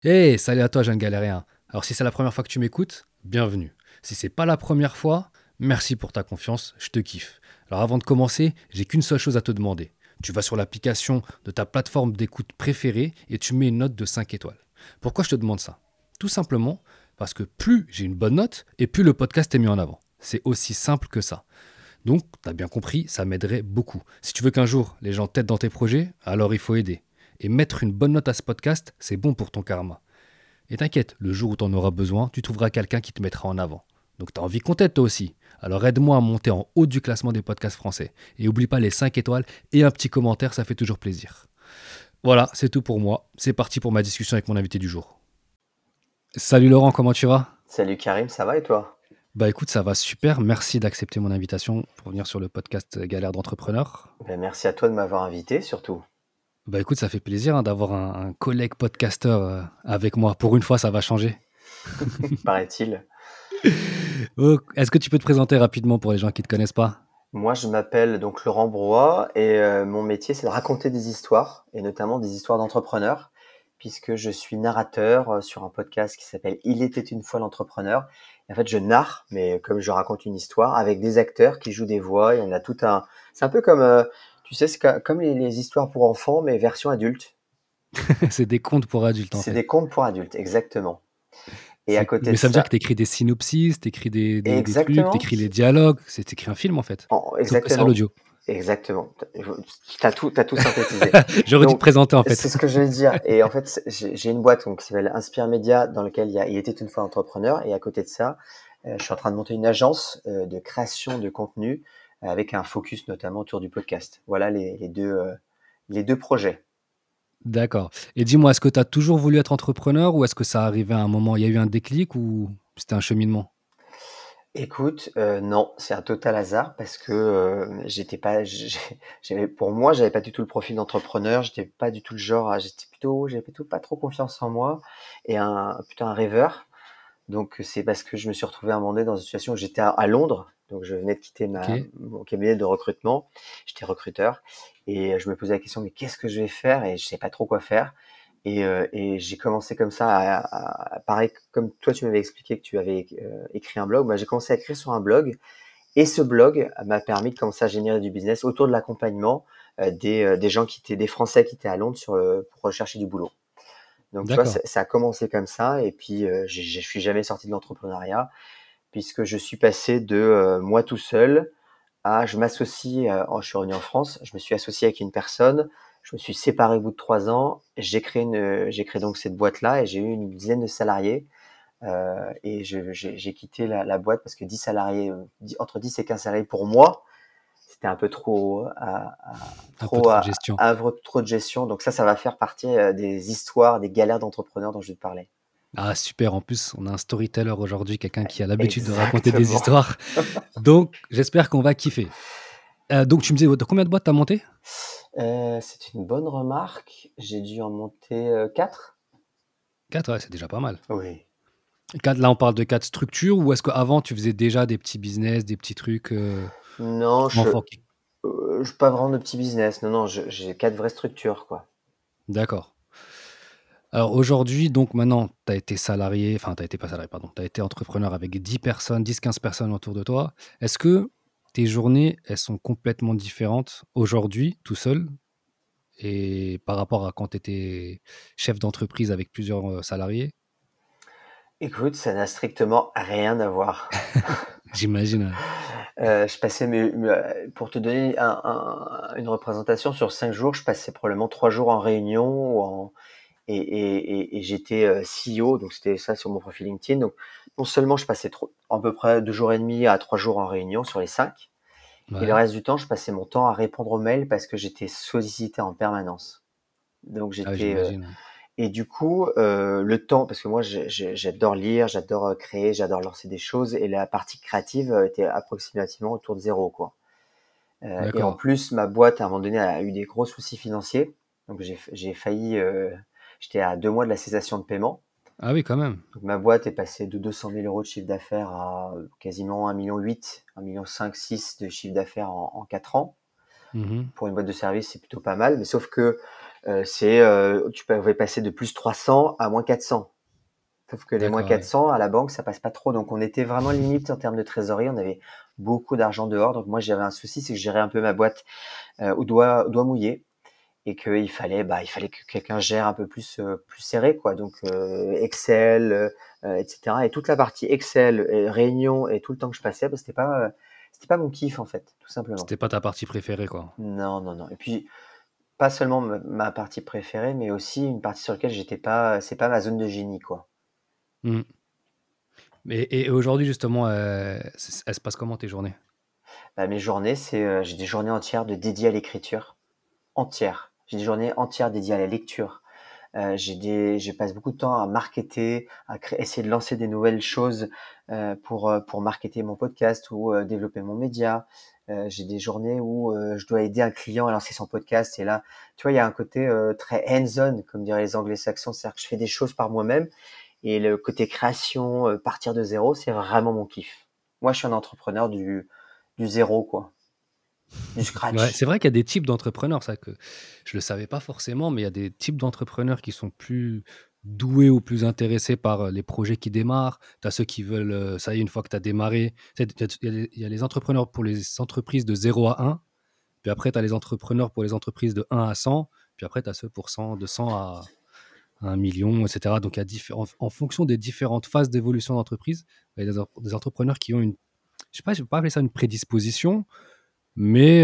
Hey, salut à toi, jeune galérien. Alors, si c'est la première fois que tu m'écoutes, bienvenue. Si c'est pas la première fois, merci pour ta confiance, je te kiffe. Alors, avant de commencer, j'ai qu'une seule chose à te demander. Tu vas sur l'application de ta plateforme d'écoute préférée et tu mets une note de 5 étoiles. Pourquoi je te demande ça? Tout simplement parce que plus j'ai une bonne note et plus le podcast est mis en avant. C'est aussi simple que ça. Donc, tu as bien compris, ça m'aiderait beaucoup. Si tu veux qu'un jour les gens t'aident dans tes projets, alors il faut aider. Et mettre une bonne note à ce podcast, c'est bon pour ton karma. Et t'inquiète, le jour où tu en auras besoin, tu trouveras quelqu'un qui te mettra en avant. Donc t'as envie qu'on t'aide toi aussi. Alors aide-moi à monter en haut du classement des podcasts français. Et oublie pas les 5 étoiles et un petit commentaire, ça fait toujours plaisir. Voilà, c'est tout pour moi. C'est parti pour ma discussion avec mon invité du jour. Salut Laurent, comment tu vas? Salut Karim, ça va et toi? Bah écoute, ça va super. Merci d'accepter mon invitation pour venir sur le podcast Galère d'entrepreneur. Ben, merci à toi de m'avoir invité surtout, Bah écoute, ça fait plaisir d'avoir un collègue podcasteur avec moi. Pour une fois, ça va changer. paraît-il. Oh, est-ce que tu peux te présenter rapidement pour les gens qui ne te connaissent pas? Moi, je m'appelle donc Laurent Brouat et mon métier, c'est de raconter des histoires et notamment des histoires d'entrepreneurs, puisque je suis narrateur sur un podcast qui s'appelle Il était une fois l'entrepreneur. Et en fait, je narre, mais comme je raconte une histoire, avec des acteurs qui jouent des voix. Et on a tout un. C'est un peu comme, tu sais, comme les histoires pour enfants, mais version adulte. C'est des contes pour adultes en C'est fait. des contes pour adultes, exactement. Et à côté Mais de ça veut dire que ça, tu écris des synopsis, tu écris des trucs, tu exactement, écris les dialogues, c'est écrit un film en fait. Sauf que c'est à exactement. l'audio. Exactement. T'as tout synthétisé. J'aurais dû te Donc, présenter en fait. c'est ce que je vais dire. Et en fait, j'ai une boîte donc, qui s'appelle Inspire Média, dans lequel il était une fois entrepreneur. Et à côté de ça, je suis en train de monter une agence de création de contenu avec un focus notamment autour du podcast. Voilà les deux projets. D'accord. Et dis-moi, est-ce que tu as toujours voulu être entrepreneur ou est-ce que ça arrivait à un moment, il y a eu un déclic ou c'était un cheminement? Écoute, non, c'est un total hasard parce que j'étais pas, pour moi, j'avais pas du tout le profil d'entrepreneur. J'étais pas du tout le genre, j'avais plutôt pas trop confiance en moi et plutôt un rêveur. Donc c'est parce que je me suis retrouvé à un moment donné dans une situation où j'étais à Londres, donc je venais de quitter Ok, mon cabinet de recrutement, j'étais recruteur et je me posais la question: «Mais qu'est-ce que je vais faire?» et je savais pas trop quoi faire et j'ai commencé comme ça pareil comme toi tu m'avais expliqué que tu avais, écrit un blog, bah, j'ai commencé à écrire sur un blog et ce blog m'a permis de commencer à générer du business autour de l'accompagnement, des gens qui étaient des Français qui étaient à Londres pour rechercher du boulot. Donc tu vois, d'accord. ça a commencé comme ça et puis, je suis jamais sorti de l'entrepreneuriat puisque je suis passé de, moi tout seul à je m'associe, je suis revenu en France, je me suis associé avec une personne, je me suis séparé au bout de 3 ans, j'ai créé donc cette boîte-là et j'ai eu une dizaine de salariés, et j'ai quitté la boîte parce que 10 salariés, entre 10 et 15 salariés pour moi, c'était un peu trop, Un peu trop de gestion. trop de gestion. Donc ça va faire partie, des histoires, des galères d'entrepreneurs dont je vais te parler. Ah super, en plus on a un storyteller aujourd'hui, quelqu'un qui a l'habitude de raconter des Exactement. histoires. Donc j'espère qu'on va kiffer. Donc tu me disais, combien de boîtes t'as monté? C'est une bonne remarque. J'ai dû en monter, 4. 4, ouais, c'est déjà pas mal. Oui. 4, là on parle de 4 structures ou est-ce qu'avant tu faisais déjà des petits business, des petits trucs Non, enfants qui... pas vraiment de petit business. Non, non, j'ai 4 vraies structures, quoi. D'accord. Alors aujourd'hui, donc maintenant, tu as été salarié, enfin, tu été pas salarié, pardon, tu as été entrepreneur avec 10 personnes, 10-15 personnes autour de toi. Est-ce que tes journées, elles sont complètement différentes aujourd'hui, tout seul, et par rapport à quand tu étais chef d'entreprise avec plusieurs salariés? Écoute, ça n'a strictement rien à voir. J'imagine, ouais. Je passais pour te donner une représentation sur 5 jours, je passais probablement 3 jours en réunion ou en et j'étais, CEO, donc c'était ça sur mon profil LinkedIn. Donc non seulement je passais à peu près 2 jours et demi à 3 jours en réunion sur les 5 et le Ouais, reste du temps, je passais mon temps à répondre aux mails parce que j'étais sollicité en permanence. Donc ah, ouais, j'étais, j'imagine, ouais. et du coup, le temps parce que moi j'adore lire, j'adore, créer, j'adore lancer des choses et la partie créative, était approximativement autour de zéro, quoi. Et en D'accord. plus, ma boîte, à un moment donné, a eu des gros soucis financiers. Donc j'ai failli, j'étais à 2 mois de la cessation de paiement. Ah oui, quand même. Donc ma boîte est passée de 200 000 euros de chiffre d'affaires à quasiment 1,8 million, 1,5 million, 6 de chiffre d'affaires en 4 ans. Mhm. Pour une boîte de service, c'est plutôt pas mal. Mais sauf que Tu pouvais passer de plus 300 à moins 400. Sauf que les moins D'accord, ouais. 400 à la banque, ça passe pas trop. Donc, on était vraiment limite en termes de trésorerie. On avait beaucoup d'argent dehors. Donc, moi, j'avais un souci, c'est que je gérais un peu ma boîte au doigt mouillé et il fallait que quelqu'un gère un peu plus serré, quoi. Donc, Excel, etc. Et toute la partie Excel, et réunion et tout le temps que je passais, bah, c'était pas mon kiff, en fait, tout simplement. C'était pas ta partie préférée, quoi. Non, non, non. Et puis, pas seulement ma partie préférée, mais aussi une partie sur laquelle j'étais pas, c'est pas ma zone de génie, quoi. Mm. Et aujourd'hui, justement, elles se passent comment tes journées? Bah, mes journées, j'ai des journées entières dédiées à l'écriture, entières. J'ai des journées entières dédiées à la lecture. Je passe beaucoup de temps à marketer, essayer de lancer des nouvelles choses pour marketer mon podcast ou développer mon média. J'ai des journées où je dois aider un client à lancer son podcast. Et là, tu vois, il y a un côté très hands-on, comme diraient les anglo-saxons, c'est-à-dire que je fais des choses par moi-même. Et le côté création, partir de zéro, c'est vraiment mon kiff. Moi, je suis un entrepreneur du zéro, quoi, du Ouais, scratch. c'est vrai qu'il y a des types d'entrepreneurs, ça que je le savais pas forcément, mais il y a des types d'entrepreneurs qui sont plus doués ou plus intéressés par les projets qui démarrent. Tu as ceux qui veulent, ça y est, une fois que tu as démarré, il y a les entrepreneurs pour les entreprises de 0 à 1, puis après tu as les entrepreneurs pour les entreprises de 1 à 100, puis après tu as ceux pour 100, de 100 à 1 million, etc. Donc, en fonction des différentes phases d'évolution d'entreprise, il y a des entrepreneurs qui ont une, je vais pas appeler ça une prédisposition, mais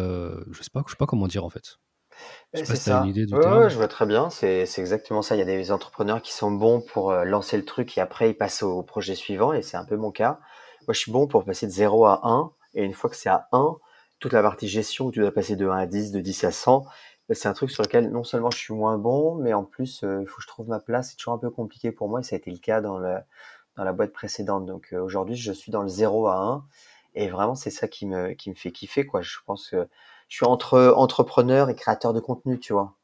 je sais pas comment dire en fait. Je sais pas C'est si tu as une ça. idée du Ouais, ouais, terme. je vois très bien. C'est exactement ça. Il y a des entrepreneurs qui sont bons pour lancer le truc et après ils passent au projet suivant et c'est un peu mon cas. Moi, je suis bon pour passer de 0 à 1 et une fois que c'est à 1, toute la partie gestion où tu dois passer de 1 à 10, de 10 à 100, bah, c'est un truc sur lequel non seulement je suis moins bon, mais en plus il faut que je trouve ma place. C'est toujours un peu compliqué pour moi et ça a été le cas dans la boîte précédente. Donc aujourd'hui, je suis dans le 0 à 1 et vraiment c'est ça qui me fait kiffer, quoi. Je pense que je suis entre entrepreneur et créateur de contenu, tu vois.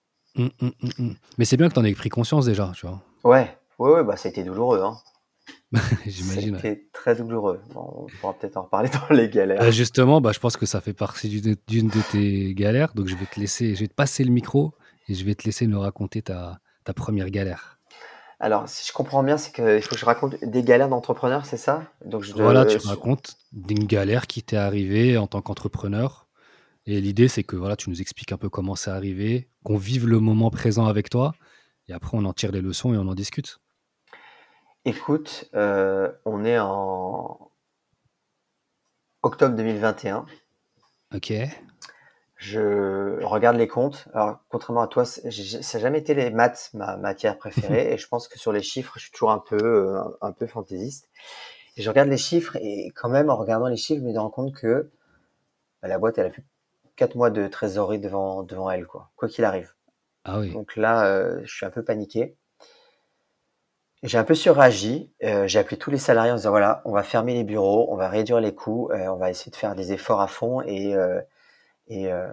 Mais c'est bien que tu en aies pris conscience déjà, tu vois. Ouais, ouais, ouais, bah ça a été douloureux, hein. J'imagine, ouais. C'était très douloureux. Bon, on pourra peut-être en reparler dans les galères. Justement, bah, je pense que ça fait partie d'une de tes galères, donc je vais te passer le micro et je vais te laisser nous raconter ta première galère. Alors, si je comprends bien, c'est qu'il faut que je raconte des galères d'entrepreneur, c'est ça? Donc Voilà, tu racontes une galère qui t'est arrivée en tant qu'entrepreneur. Et l'idée, c'est que voilà, tu nous expliques un peu comment c'est arrivé, qu'on vive le moment présent avec toi, et après on en tire les leçons et on en discute. Écoute, on est en octobre 2021. Ok. Je regarde les comptes. Alors, contrairement à toi, ça n'a jamais été les maths ma matière préférée, et je pense que sur les chiffres, je suis toujours un peu fantaisiste. Et je regarde les chiffres, et quand même, en regardant les chiffres, je me rends compte que bah, la boîte, elle a plus 4 mois de trésorerie devant elle, quoi qu'il arrive. Ah oui. Donc là, je suis un peu paniqué. J'ai un peu surréagi. J'ai appelé tous les salariés en disant voilà, on va fermer les bureaux, on va réduire les coûts, on va essayer de faire des efforts à fond. Et, euh,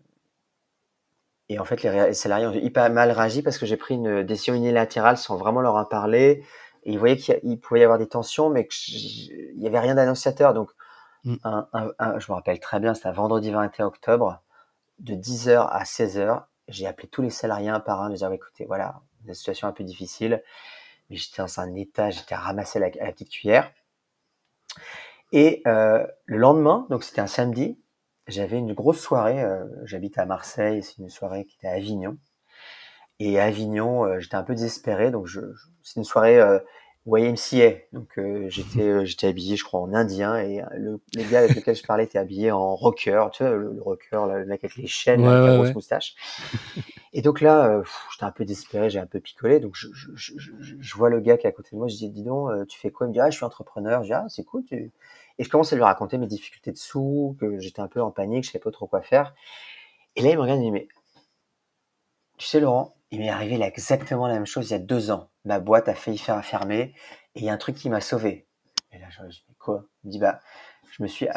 et en fait, les salariés ont hyper mal réagi parce que j'ai pris une décision unilatérale sans vraiment leur en parler. Et ils voyaient qu'il pouvait y avoir des tensions, mais il n'y avait rien d'annonciateur. Donc, Mm. je me rappelle très bien, c'était un vendredi 21 octobre, de 10h à 16h. J'ai appelé tous les salariés un par un, de dire écoutez, voilà, une situation un peu difficile, mais j'étais dans un état, j'étais ramassé à la petite cuillère. Et le lendemain, donc c'était un samedi, j'avais une grosse soirée. J'habite à Marseille, c'est une soirée qui était à Avignon. Et à Avignon, j'étais un peu désespéré, donc c'est une soirée YMCA. Donc j'étais habillé, je crois, en indien, et le gars avec lequel je parlais était habillé en rocker, tu vois, le rocker, là, le mec avec les Ouais, chaînes, là, avec la ouais, grosse ouais. moustache. Et donc là, j'étais un peu désespéré, j'ai un peu picolé, donc je vois le gars qui est à côté de moi, je dis dis donc, tu fais quoi? Il me dit ah je suis entrepreneur. Je dis ah c'est cool. Et je commence à lui raconter mes difficultés de sous, que j'étais un peu en panique, je savais pas trop quoi faire. Et là il me regarde et il me dit mais tu sais Laurent, il m'est arrivé là exactement la même chose il y a 2 ans. Ma boîte a failli faire fermer et il y a un truc qui m'a sauvé. Et là je dis mais quoi? Il me dit bah je me suis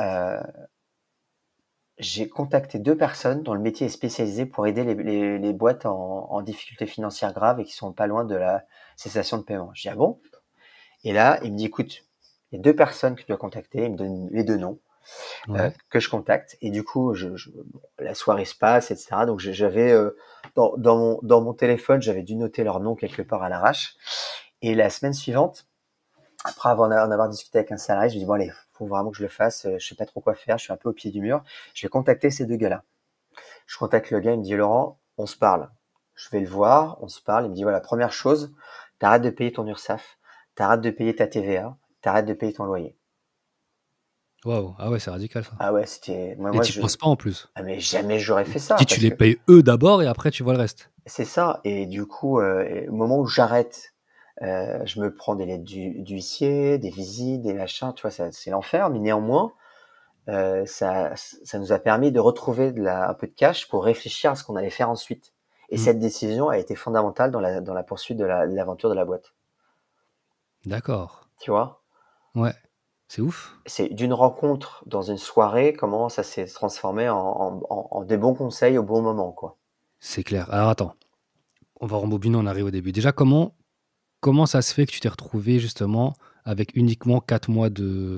j'ai contacté 2 personnes dont le métier est spécialisé pour aider les boîtes en difficulté financière grave et qui sont pas loin de la cessation de paiement. Je dis: «Ah bon?» Et là, il me dit: «Écoute, il y a 2 personnes que tu dois contacter». Il me donne les 2 noms, Ouais. que je contacte, et du coup, bon, la soirée se passe et cetera. Donc j'avais, dans mon téléphone, j'avais dû noter leur nom quelque part à l'arrache. Et la semaine suivante, après en avoir discuté avec un salarié, je me dis, bon allez, faut vraiment que je le fasse, je sais pas trop quoi faire, je suis un peu au pied du mur. Je vais contacter ces deux gars-là. Je contacte le gars, il me dit, Laurent, on se parle. Je vais le voir, on se parle, il me dit, voilà, première chose, t'arrêtes de payer ton URSSAF, t'arrêtes de payer ta TVA, t'arrêtes de payer ton loyer. Waouh, ah ouais, c'est radical ça. Ah ouais, c'était, moi, Et moi, t'y penses pas en plus. ah, mais jamais j'aurais fait Tu ça, dis tu parce les que payes eux d'abord et après tu vois le reste. c'est ça. Et du coup, au moment où j'arrête, je me prends des lettres d'huissier, des visites, des machins, tu vois, c'est l'enfer. Mais néanmoins, ça nous a permis de retrouver un peu de cash pour réfléchir à ce qu'on allait faire ensuite. Et Hmm. cette décision a été fondamentale dans la poursuite de l'aventure de la boîte. D'accord. Tu vois, Ouais, c'est ouf. c'est d'une rencontre dans une soirée, comment ça s'est transformé en des bons conseils au bon moment, quoi. C'est clair. Alors attends, on va rembobiner, on arrive au début. Déjà, comment ça se fait que tu t'es retrouvé justement avec uniquement 4 mois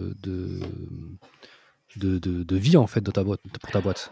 de vie en fait pour ta boîte?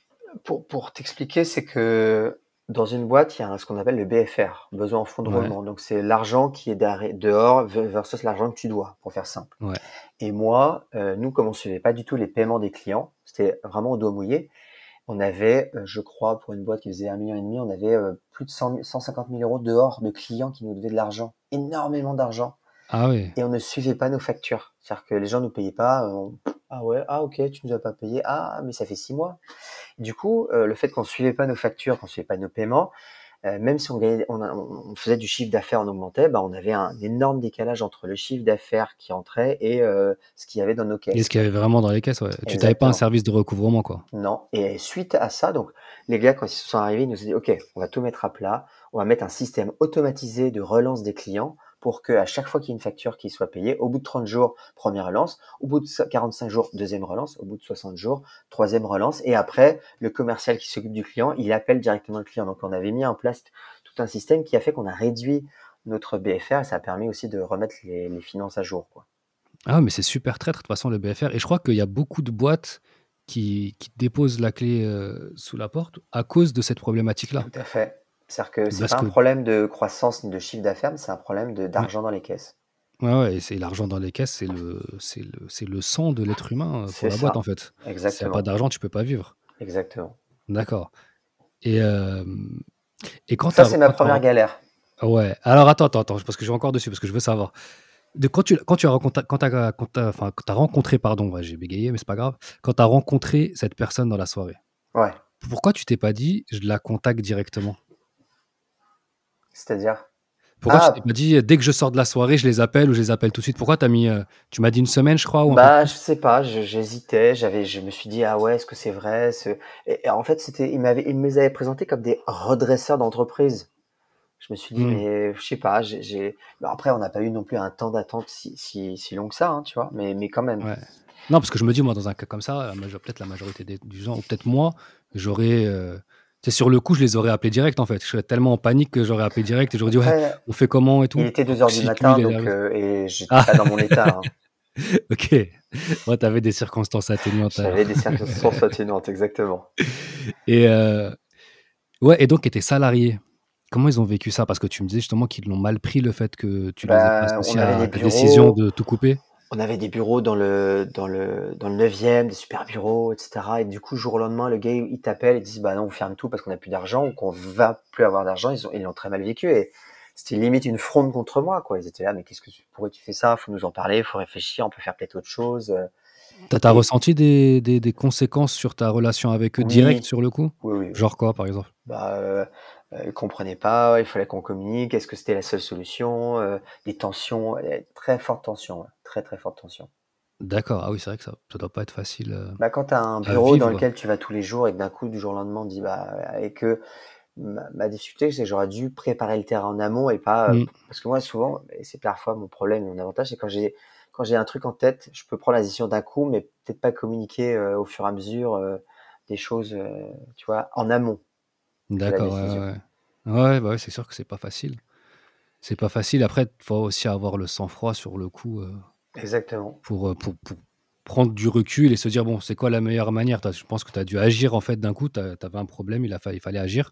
Pour t'expliquer, c'est que dans une boîte, il y a ce qu'on appelle le BFR, besoin en fonds de Ouais, roulement. Donc, c'est l'argent qui est dehors versus l'argent que tu dois, pour faire simple. ouais. Et moi, nous, comme on ne suivait pas du tout les paiements des clients, c'était vraiment au doigt mouillé. On avait, je crois, pour une boîte qui faisait 1,5 million, on avait plus de 150 000 euros dehors de clients qui nous devaient de l'argent, énormément d'argent. Ah ouais. Et on ne suivait pas nos factures. C'est-à-dire que les gens ne nous payaient pas. Ah ouais, ah ok, tu nous as pas payé. Ah, mais ça fait 6 mois. Du coup, le fait qu'on suivait pas nos factures, qu'on suivait pas nos paiements, même si on faisait du chiffre d'affaires, on augmentait, bah, on avait un énorme décalage entre le chiffre d'affaires qui entrait et ce qu'il y avait dans nos Et caisses, ce qu'il y quoi. avait vraiment dans les caisses, ouais. Tu t'avais pas un Exactement. service de recouvrement, quoi. Non. Et suite à ça, donc les gars, quand ils se sont arrivés, ils nous ont dit, OK, on va tout mettre à plat, on va mettre un système automatisé de relance des clients pour que à chaque fois qu'il y a une facture qui soit payée, au bout de 30 jours, première relance, au bout de 45 jours, deuxième relance, au bout de 60 jours, troisième relance, et après, le commercial qui s'occupe du client, il appelle directement le client. Donc on avait mis en place tout un système qui a fait qu'on a réduit notre BFR et ça a permis aussi de remettre les finances à jour, quoi. Ah, mais c'est super traître, de toute façon, le BFR. Et je crois qu'il y a beaucoup de boîtes qui déposent la clé sous la porte à cause de cette problématique-là. Tout à fait. C'est-à-dire que c'est Parce pas un que, problème de croissance ni de chiffre d'affaires, mais c'est un problème ouais, d'argent dans les caisses. ouais, ouais, et c'est l'argent dans les caisses, c'est le sang de l'être humain pour C'est la boîte, en ça. fait. S'il n'y a pas Exactement. d'argent, tu peux pas vivre. Exactement. D'accord. Et, euh, et Donc ça, c'est ma première galère. ouais. Alors attends, parce que je vais encore dessus, parce que je veux savoir. Quand tu as rencontré, enfin, quand t'as rencontré, pardon, ouais, j'ai bégayé, mais c'est pas grave. Quand tu as rencontré cette personne dans la soirée, Ouais. pourquoi tu t'es pas dit, je la contacte directement? C'est-à-dire? Pourquoi tu t'es Ah, pas dit, dès que je sors de la soirée, je les appelle ou je les appelle tout de suite? Pourquoi t'as mis, tu m'as dit une semaine, je crois, ou un peu bah, je plus? sais pas, j'hésitais, je me suis dit, ah ouais, est-ce que c'est vrai? Et en fait, il me les avait présentés comme des redresseurs d'entreprise. Je me suis dit, Hmm, mais je sais pas, bah, après, on n'a pas eu non plus un temps d'attente si long que ça, hein, tu vois, mais quand même. ouais. Non, parce que je me dis, moi, dans un cas comme ça, peut-être la majorité du gens, ou peut-être moi, j'aurais, tu sais, sur le coup, je les aurais appelés direct, en fait. Je serais tellement en panique que j'aurais appelé direct et j'aurais dit, ouais, Après, on fait comment et il tout. était Alors 2 que heures du si lui, matin, il est donc, nerveux. et j'étais Ah, pas dans mon état, hein. ok. Ouais, t'avais des circonstances atténuantes alors. J'avais des circonstances atténuantes, exactement. Et ouais, et donc, tes salariés, comment ils ont vécu ça? Parce que tu me disais justement qu'ils l'ont mal pris, le fait que tu les aies pas Bah, associés à ta décision de tout couper. on avait des bureaux dans le 9e, des super bureaux, et cetera. Et du coup, jour au lendemain, le gars, il t'appelle et dit, bah non, on ferme tout parce qu'on a plus d'argent ou qu'on va plus avoir d'argent. Ils l'ont très mal vécu et c'était limite une fronde contre moi, quoi. Ils étaient là, mais pourquoi tu fais ça? Faut nous en parler, faut réfléchir, on peut faire peut-être autre chose. T'as Et ressenti des conséquences sur ta relation avec eux direct oui, sur le coup? oui, oui, oui. Genre quoi, par exemple? Bah, ils comprenaient pas, il fallait qu'on communique. Est-ce que c'était la seule solution? Des tensions, très fortes tensions, ouais, très, très fortes tensions. D'accord, ah oui, c'est vrai que ça doit pas être facile, Bah, quand tu as un à bureau dans vivre. lequel tu vas tous les jours et que d'un coup, du jour au lendemain, on te dit, bah, et que ma difficulté, c'est que j'aurais dû préparer le terrain en amont et pas, Mmh, parce que moi, souvent, et c'est parfois mon problème, mon avantage, c'est quand j'ai un truc en tête, je peux prendre la décision d'un coup, mais peut-être pas communiquer au fur et à mesure des choses, tu vois, en amont de la d'accord, ouais, décision. ouais, ouais. Ouais, bah, ouais, c'est sûr que c'est pas facile. C'est pas facile. Après, faut aussi avoir le sang-froid sur le coup, Exactement. pour prendre du recul et se dire: «Bon, c'est quoi la meilleure manière?» Je pense que tu as dû agir, en fait, d'un coup. Tu avais un problème, il fallait agir.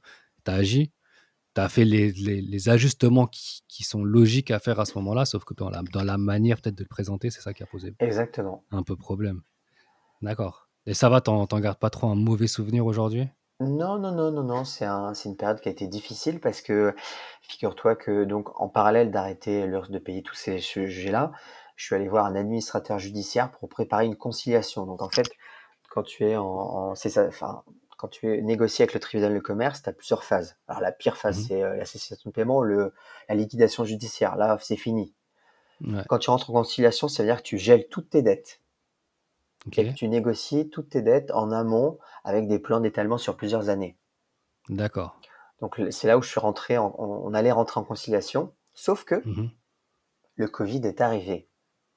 tu as agi, tu as fait les ajustements qui sont logiques à faire à ce moment-là, sauf que dans la manière peut-être de le présenter, c'est ça qui a posé Exactement. un peu problème. D'accord. Et ça va, t'en gardes pas trop un mauvais souvenir aujourd'hui? Non, non, non, non, non, c'est une période qui a été difficile parce que figure-toi que donc en parallèle d'arrêter l'URSS de payer tous ces sujets-là, je suis allé voir un administrateur judiciaire pour préparer une conciliation. Donc en fait, quand tu es c'est ça, enfin, quand tu es négocié avec le tribunal de commerce, tu as plusieurs phases. Alors la pire phase, Mhm. c'est la cessation de paiement, la liquidation judiciaire. Là, c'est fini. Ouais. Quand tu rentres en conciliation, ça veut dire que tu gèles toutes tes dettes Ok. et que tu négocies toutes tes dettes en amont avec des plans d'étalement sur plusieurs années. D'accord. Donc c'est là où je suis rentré, on allait rentrer en conciliation, sauf que Mhm. le Covid est arrivé.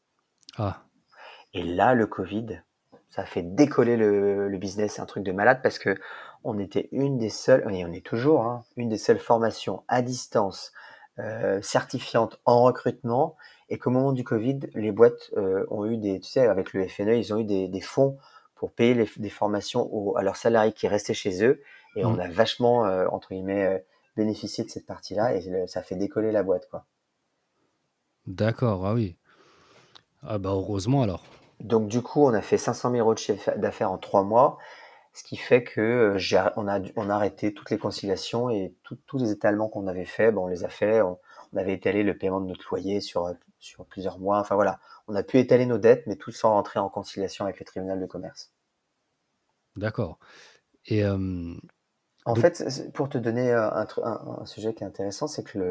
Ah, Et là, le Covid, ça a fait décoller le business, c'est un truc de malade parce que on était une des seules, et on est toujours, hein, une des seules formations à distance certifiantes en recrutement, et qu'au moment du Covid, les boîtes ont eu tu sais, avec le FNE, ils ont eu des fonds pour payer des formations à leurs salariés qui restaient chez eux, et on mm. a vachement, entre guillemets, bénéficié de cette partie-là, et ça fait décoller la boîte, quoi. D'accord. Ah oui. Ah bah heureusement alors. Donc du coup, on a fait 500 000 euros de chiffre d'affaires en 3 mois. Ce qui fait que on a arrêté toutes les conciliations et tous les étalements qu'on avait fait, on les a fait. On avait étalé le paiement de notre loyer sur plusieurs mois. Enfin voilà, on a pu étaler nos dettes, mais tout sans rentrer en conciliation avec le tribunal de commerce. D'accord. Et En donc, fait, pour te donner un sujet qui est intéressant, c'est que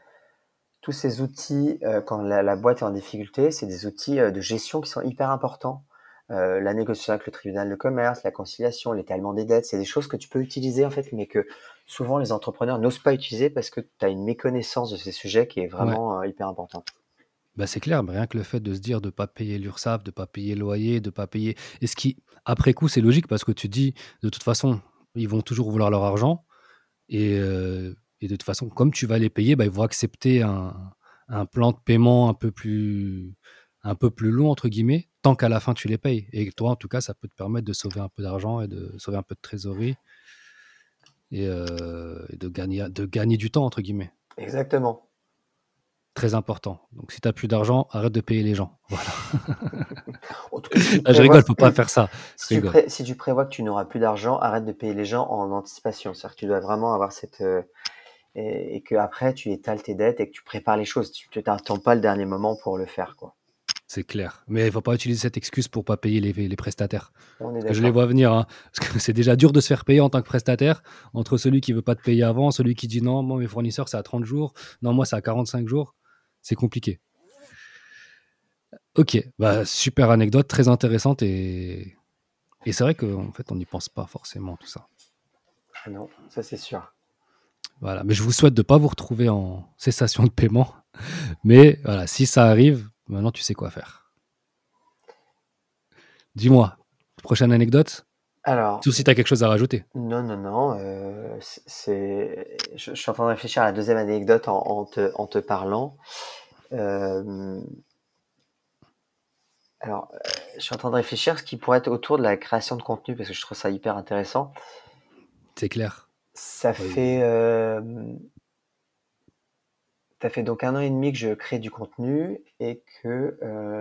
tous ces outils, quand la boîte est en difficulté, c'est des outils de gestion qui sont hyper importants. La négociation avec le tribunal de commerce, la conciliation, l'étalement des dettes, c'est des choses que tu peux utiliser en fait, mais que souvent les entrepreneurs n'osent pas utiliser parce que tu as une méconnaissance de ces sujets qui est ouais, vraiment hyper importante. bah c'est clair, mais rien que le fait de se dire de pas payer l'URSSAF, de pas payer le loyer, de pas payer. Et ce qui, après coup, c'est logique parce que tu dis, de toute façon, ils vont toujours vouloir leur argent. Et de toute façon, comme tu vas les payer, bah, ils vont accepter un plan de paiement un peu plus long, entre guillemets, tant qu'à la fin tu les payes. Et toi, en tout cas, ça peut te permettre de sauver un peu d'argent et de sauver un peu de trésorerie et de gagner du temps, entre guillemets. Exactement. Très important. Donc, si tu n'as plus d'argent, arrête de payer les gens. Voilà. En tout cas, si tu Ah, je prévois, rigole, faut pas faire ça. Je rigole. si tu prévois que tu n'auras plus d'argent, arrête de payer les gens en anticipation. C'est-à-dire que tu dois vraiment avoir et que après tu étales tes dettes et que tu prépares les choses. Tu t'attends pas le dernier moment pour le faire, quoi. C'est clair. Mais il faut pas utiliser cette excuse pour pas payer les prestataires. On est Parce que je les d'accord. vois venir, hein. Parce que c'est déjà dur de se faire payer en tant que prestataire, entre celui qui veut pas te payer avant, celui qui dit non, moi mes fournisseurs c'est à 30 jours, non moi c'est à 45 jours. C'est compliqué. Ok, bah super anecdote, très intéressante et c'est vrai qu'en fait on n'y pense pas forcément tout ça. Ah non, ça c'est sûr. Voilà, mais je vous souhaite de pas vous retrouver en cessation de paiement. Mais voilà, si ça arrive, maintenant tu sais quoi faire. Dis-moi, prochaine anecdote, Alors, sauf si tu as quelque chose à rajouter. non, non, non, je suis en train de réfléchir à la deuxième anecdote en te parlant. Euh, je suis en train de réfléchir à ce qui pourrait être autour de la création de contenu parce que je trouve ça hyper intéressant. C'est clair. Ça Oui. fait, ça fait donc 1 an et demi que je crée du contenu et que,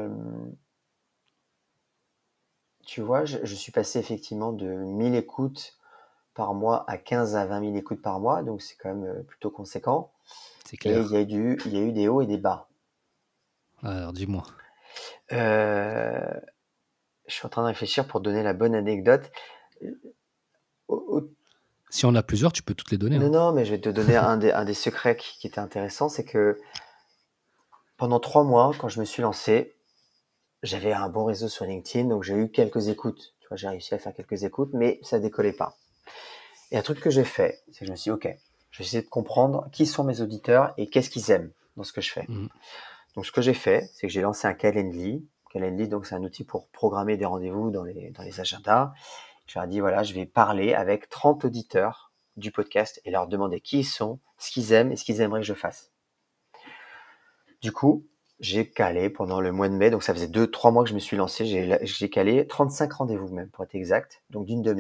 tu vois, je suis passé effectivement de 1000 écoutes par mois à 15 à 20 000 écoutes par mois, donc c'est quand même plutôt conséquent. C'est Et clair. il y a eu des hauts et des bas. Alors, dis-moi. Euh, je suis en train de réfléchir pour donner la bonne anecdote. Au- au- Si on a plusieurs, tu peux toutes les donner, non, hein. non, mais je vais te donner un des secrets qui était intéressant, c'est que pendant 3 mois, quand je me suis lancé, j'avais un bon réseau sur LinkedIn, donc j'ai eu quelques écoutes. Tu vois, j'ai réussi à faire quelques écoutes, mais ça décollait pas. Et un truc que j'ai fait, c'est que je me suis dit, OK, je vais essayer de comprendre qui sont mes auditeurs et qu'est-ce qu'ils aiment dans ce que je fais. Mhm. Donc, ce que j'ai fait, c'est que j'ai lancé un Calendly. Calendly, donc, c'est un outil pour programmer des rendez-vous dans les agendas. Je leur ai dit, voilà, je vais parler avec 30 auditeurs du podcast et leur demander qui ils sont, ce qu'ils aiment et ce qu'ils aimeraient que je fasse. Du coup, j'ai calé pendant le mois de mai, donc ça faisait 2, 3 mois que je me suis lancé, j'ai calé 35 rendez-vous même, pour être exact, donc d'une demi-heure.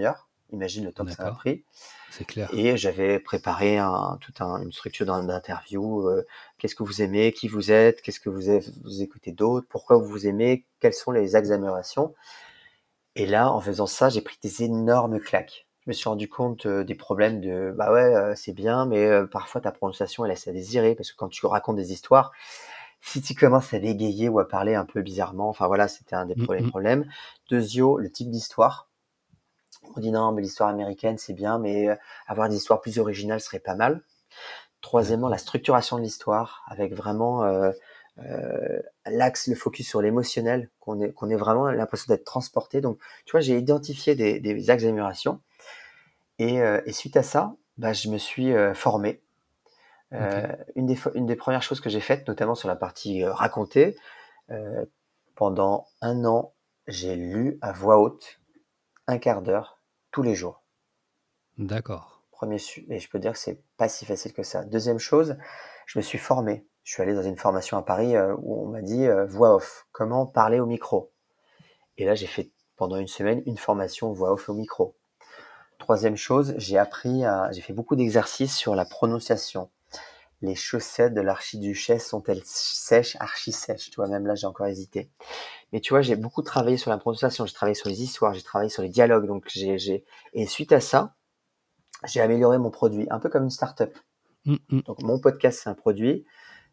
Imagine le temps que ça m'a D'accord. pris. C'est clair. Et j'avais préparé une structure d'interview. Qu'est-ce que vous aimez? Qui vous êtes? Qu'est-ce que vous écoutez d'autre? Pourquoi vous aimez? Quels sont les axes d'amélioration? Et là, en faisant ça, j'ai pris des énormes claques. Je me suis rendu compte des problèmes de, bah ouais, c'est bien, mais parfois ta prononciation, elle laisse à désirer, parce que quand tu racontes des histoires, si tu commences à bégayer ou à parler un peu bizarrement, enfin voilà, c'était un des Mm, premiers mm. problèmes. Deuxio, le type d'histoire. On dit non, mais l'histoire américaine, c'est bien, mais avoir des histoires plus originales serait pas mal. Troisièmement, la D'accord. structuration de l'histoire, avec vraiment l'axe, le focus sur l'émotionnel, qu'on ait vraiment l'impression d'être transporté. Donc, tu vois, j'ai identifié des axes d'amélioration. Et suite à ça, bah, je me suis formé. Ok. Une des premières choses que j'ai faites, notamment sur la partie racontée, euh, pendant un an, j'ai lu à voix haute un quart d'heure tous les jours. D'accord. Et je peux dire que c'est pas si facile que ça. Deuxième chose, je me suis formé. Je suis allé dans une formation à Paris où on m'a dit voix off, comment parler au micro. Et là, j'ai fait pendant une semaine une formation voix off au micro. Troisième chose, j'ai fait beaucoup d'exercices sur la prononciation. Les chaussettes de l'archiduchesse sont-elles sèches, archi sèches? Tu vois, même là, j'ai encore hésité. Mais tu vois, j'ai beaucoup travaillé sur la prononciation, j'ai travaillé sur les histoires, j'ai travaillé sur les dialogues. Et suite à ça, j'ai amélioré mon produit, un peu comme une start-up. Mm, mm. Donc, mon podcast, c'est un produit.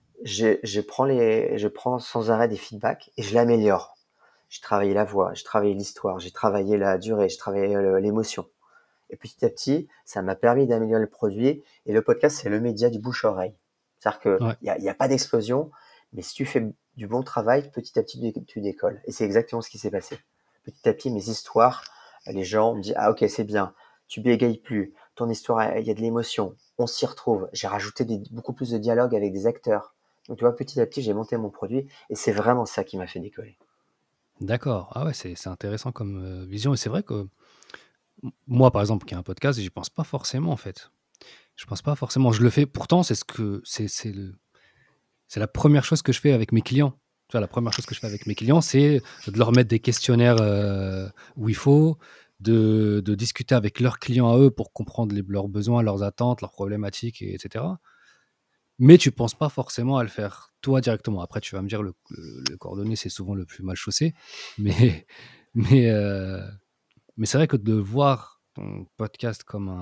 Je prends sans arrêt des feedbacks et je l'améliore. J'ai travaillé la voix, j'ai travaillé l'histoire, j'ai travaillé la durée, j'ai travaillé l'émotion. Et petit à petit, ça m'a permis d'améliorer le produit. Et le podcast, c'est le média du bouche-oreille. C'est-à-dire qu'il Ouais. y a pas d'explosion, mais si tu fais du bon travail, petit à petit, tu décolles. Et c'est exactement ce qui s'est passé. Petit à petit, mes histoires, les gens me disent, ah ok, c'est bien, tu bégayes plus, ton histoire, il y a de l'émotion, on s'y retrouve. J'ai rajouté beaucoup plus de dialogue avec des acteurs. Donc tu vois, petit à petit, j'ai monté mon produit et c'est vraiment ça qui m'a fait décoller. D'accord. Ah ouais, c'est intéressant comme vision. Et c'est vrai que moi, par exemple, qui ai un podcast, j'y pense pas forcément en fait. Je pense pas forcément. Je le fais. Pourtant, c'est la première chose que je fais avec mes clients. Tu vois, la première chose que je fais avec mes clients, c'est de leur mettre des questionnaires où il faut, de discuter avec leurs clients à eux pour comprendre leurs besoins, leurs attentes, leurs problématiques, etc. Mais tu penses pas forcément à le faire toi directement. Après, tu vas me dire, le coordonné, c'est souvent le plus mal chaussé. Mais, mais, euh, mais c'est vrai que de voir ton podcast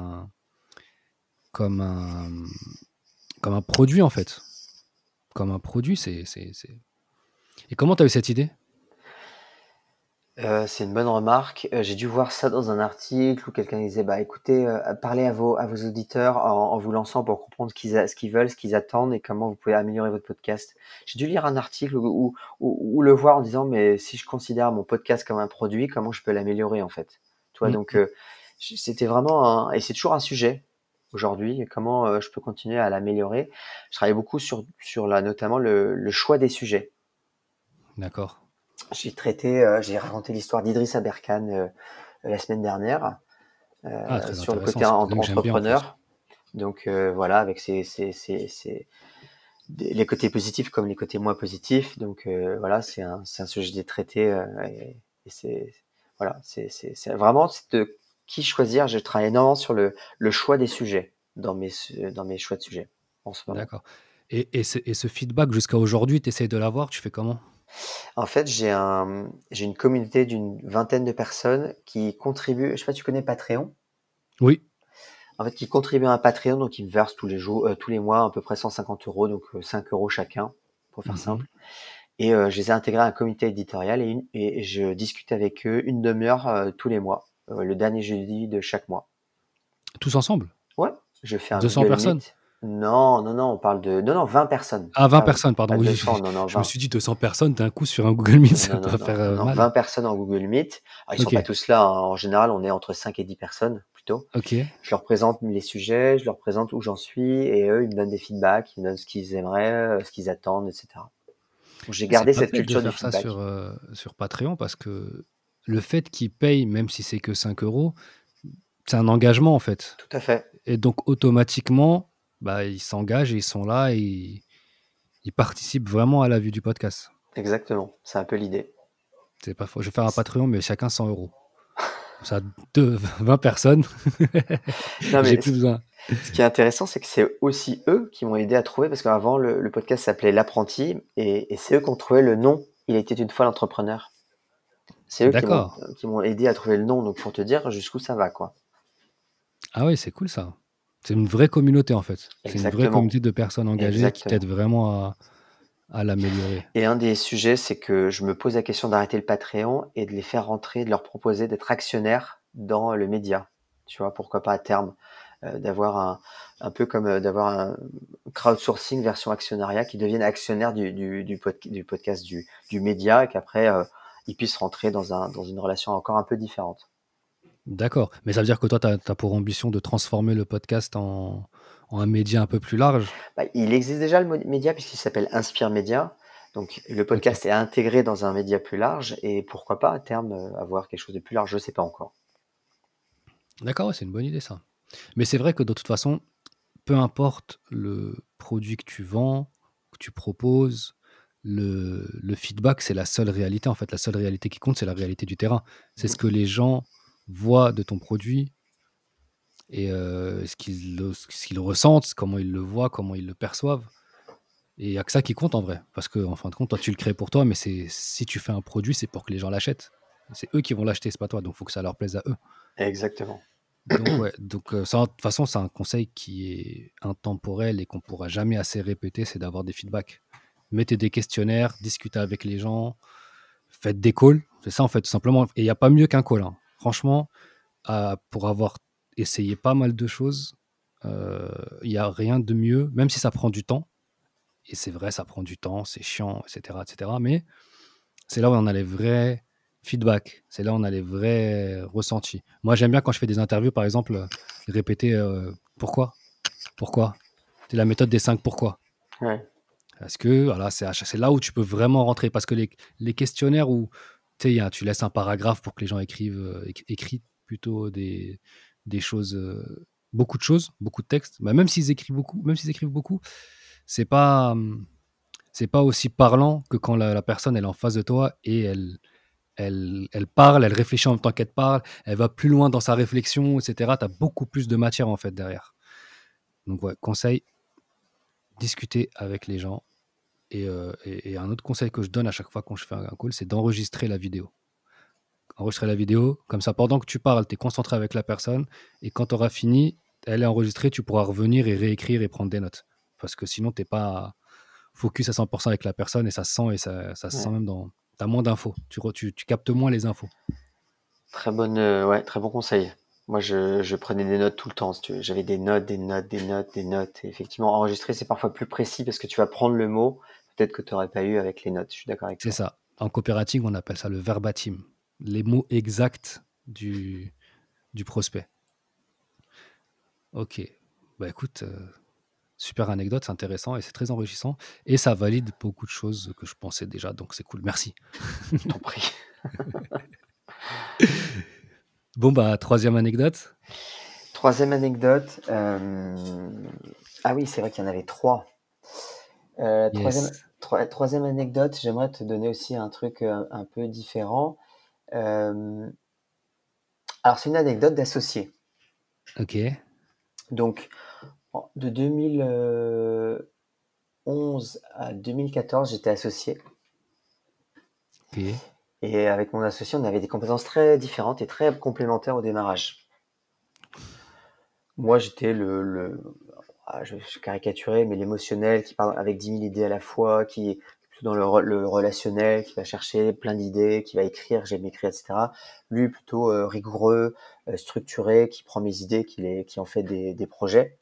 comme un, comme un produit, en fait, comme un produit, c'est. Et comment tu as eu cette idée? C'est une bonne remarque. J'ai dû voir ça dans un article où quelqu'un disait, bah écoutez, parlez à vos auditeurs en vous lançant pour comprendre ce qu'ils veulent, ce qu'ils attendent et comment vous pouvez améliorer votre podcast. J'ai dû lire un article ou le voir en disant, mais si je considère mon podcast comme un produit, comment je peux l'améliorer en fait? Tu vois, Mm, donc mm. c'était vraiment et c'est toujours un sujet aujourd'hui, comment je peux continuer à l'améliorer. Je travaille beaucoup sur notamment le choix des sujets. D'accord. J'ai raconté l'histoire d'Idriss Aberkane la semaine dernière Ah, très sur le intéressant. côté C'est quelqu'un que j'aime bien en plus. entrepreneur. Donc voilà, avec les côtés positifs comme les côtés moins positifs. Donc voilà, c'est un sujet de traité et c'est voilà, c'est vraiment de qui choisir. Je travaille énormément sur le choix des sujets dans mes choix de sujets en ce moment. D'accord. Et ce feedback jusqu'à aujourd'hui, tu essayes de l'avoir, tu fais comment? En fait, j'ai une communauté d'une vingtaine de personnes qui contribuent. Je sais pas, tu connais Patreon? Oui. En fait, qui contribuent à un Patreon, donc ils me versent tous les jours, tous les mois à peu près 150 euros, donc 5 euros chacun, pour faire Mhm. simple. Et je les ai intégrés à un comité éditorial et je discute avec eux une demi-heure tous les mois, le dernier jeudi de chaque mois. Tous ensemble? Ouais, je fais un 200 Google personnes? Meet. Non, non, non, on parle de... Non, non, 20 personnes. Ah, 20 personnes, Pas pardon. Oui, 200, non, non, je me 20. suis dit 200 personnes d'un coup sur un Google Meet, Non, ça non, non, doit non, faire non, non, mal. 20 personnes en Google Meet. Alors, ils sont Ok, pas tous là, hein. En général, on est entre 5 et 10 personnes, plutôt. ok. Je leur présente les sujets, je leur présente où j'en suis, et eux, ils me donnent des feedbacks, ils me donnent ce qu'ils aimeraient, ce qu'ils attendent, etc. Donc, j'ai C'est gardé pas cette bête de culture du faire ça feedback. sur Patreon parce que le fait qu'ils payent, même si c'est que 5 euros, c'est un engagement en fait. Tout à fait. Et donc automatiquement, bah, ils s'engagent et ils sont là et ils participent vraiment à la vue du podcast. Exactement. C'est un peu l'idée. C'est pas faux. Je vais faire un Patreon, mais chacun 100 euros. ça, 20 personnes, Non, j'ai mais plus besoin. ce qui est intéressant, c'est que c'est aussi eux qui m'ont aidé à trouver, parce qu'avant, le podcast s'appelait L'Apprenti, et c'est eux qui ont trouvé le nom. Il était une fois l'entrepreneur. C'est eux D'accord. qui m'ont aidé à trouver le nom, donc pour te dire jusqu'où ça va, quoi. Ah oui, c'est cool ça. C'est une vraie communauté en fait. C'est une vraie Exactement, communauté de personnes engagées qui t'aident exactement. vraiment à l'améliorer. Et un des sujets, c'est que je me pose la question d'arrêter le Patreon et de les faire rentrer, de leur proposer d'être actionnaires dans le média. Tu vois, pourquoi pas à terme, d'avoir un peu comme d'avoir un crowdsourcing version actionnariat, qui deviennent actionnaires du podcast, du média, et qu'après, ils puissent rentrer dans une relation encore un peu différente. D'accord. Mais ça veut dire que toi, tu as pour ambition de transformer le podcast en un média un peu plus large? Bah, il existe déjà le média, puisqu'il s'appelle Inspire Média. Donc le OK. podcast est intégré dans un média plus large, et pourquoi pas à terme avoir quelque chose de plus large, je sais pas encore. D'accord, ouais, c'est une bonne idée ça. Mais c'est vrai que de toute façon, peu importe le produit que tu vends, que tu proposes, le feedback, c'est la seule réalité en fait. La seule réalité qui compte, c'est la réalité du terrain. C'est ce Mhm. que les gens voient de ton produit et ce qu'ils ressentent, comment ils le voient, comment ils le perçoivent. Et il y a que ça qui compte en vrai. Parce qu'en fin de compte, toi, tu le crées pour toi, mais si tu fais un produit, c'est pour que les gens l'achètent. C'est eux qui vont l'acheter, c'est pas toi. Donc, il faut que ça leur plaise à eux. Exactement. Donc, ouais. Donc, ça, de toute façon, c'est un conseil qui est intemporel et qu'on pourra jamais assez répéter, c'est d'avoir des feedbacks. Mettez des questionnaires, discutez avec les gens, faites des calls. C'est ça, en fait, tout simplement. Et il n'y a pas mieux qu'un call, hein. Franchement, pour avoir essayé pas mal de choses, il n'y a rien de mieux, même si ça prend du temps. Et c'est vrai, ça prend du temps, c'est chiant, etc., etc. Mais c'est là où on a les vrais feedbacks. C'est là où on a les vrais ressentis. Moi, j'aime bien quand je fais des interviews, par exemple, répéter pourquoi. Pourquoi. C'est la méthode des 5 pourquoi. Ouais. Parce que voilà, c'est là où tu peux vraiment rentrer. Parce que les questionnaires où tu sais, tu laisses un paragraphe pour que les gens écrivent plutôt des choses, beaucoup de choses, beaucoup de textes. Bah, même s'ils écrivent beaucoup, c'est pas. C'est pas aussi parlant que quand la personne elle est en face de toi et elle parle, elle réfléchit en même temps qu'elle parle, elle va plus loin dans sa réflexion, etc. Tu as beaucoup plus de matière en fait derrière. Donc ouais, conseil, discuter avec les gens. Et un autre conseil que je donne à chaque fois quand je fais un call, c'est d'enregistrer la vidéo. Enregistrer la vidéo, comme ça pendant que tu parles, tu es concentré avec la personne et quand tu auras fini, elle est enregistrée, tu pourras revenir et réécrire et prendre des notes. Parce que sinon, tu n'es pas focus à 100% avec la personne et ça se sent et ça se sent Ouais. même dans. T'as moins d'infos. Tu captes moins les infos. Ouais, très bon conseil. Moi, je prenais des notes tout le temps, si tu veux. J'avais des notes, des notes, des notes, des notes. Et effectivement, enregistrer, c'est parfois plus précis, parce que tu vas prendre le mot, peut-être que tu n'aurais pas eu avec les notes. Je suis d'accord avec C'est toi. ça. En coopérative, on appelle ça le verbatim. Les mots exacts du prospect. Ok. Bah écoute, super anecdote, c'est intéressant et c'est très enrichissant. Et ça valide beaucoup de choses que je pensais déjà, donc c'est cool. Merci. Je t'en prie. Bon, bah, troisième anecdote. Troisième anecdote. Ah oui, c'est vrai qu'il y en avait trois. Yes. Troisième anecdote, j'aimerais te donner aussi un truc un peu différent. Euh, alors, c'est une anecdote d'associé. Ok. Donc, de 2011 à 2014, j'étais associé. Ok. Et avec mon associé, on avait des compétences très différentes et très complémentaires au démarrage. Moi, j'étais je caricaturais, mais l'émotionnel, qui parle avec 10 000 idées à la fois, qui est plutôt dans le relationnel, qui va chercher plein d'idées, qui va écrire, j'aime écrire, etc. Lui, plutôt rigoureux, structuré, qui prend mes idées, qui en fait des projets.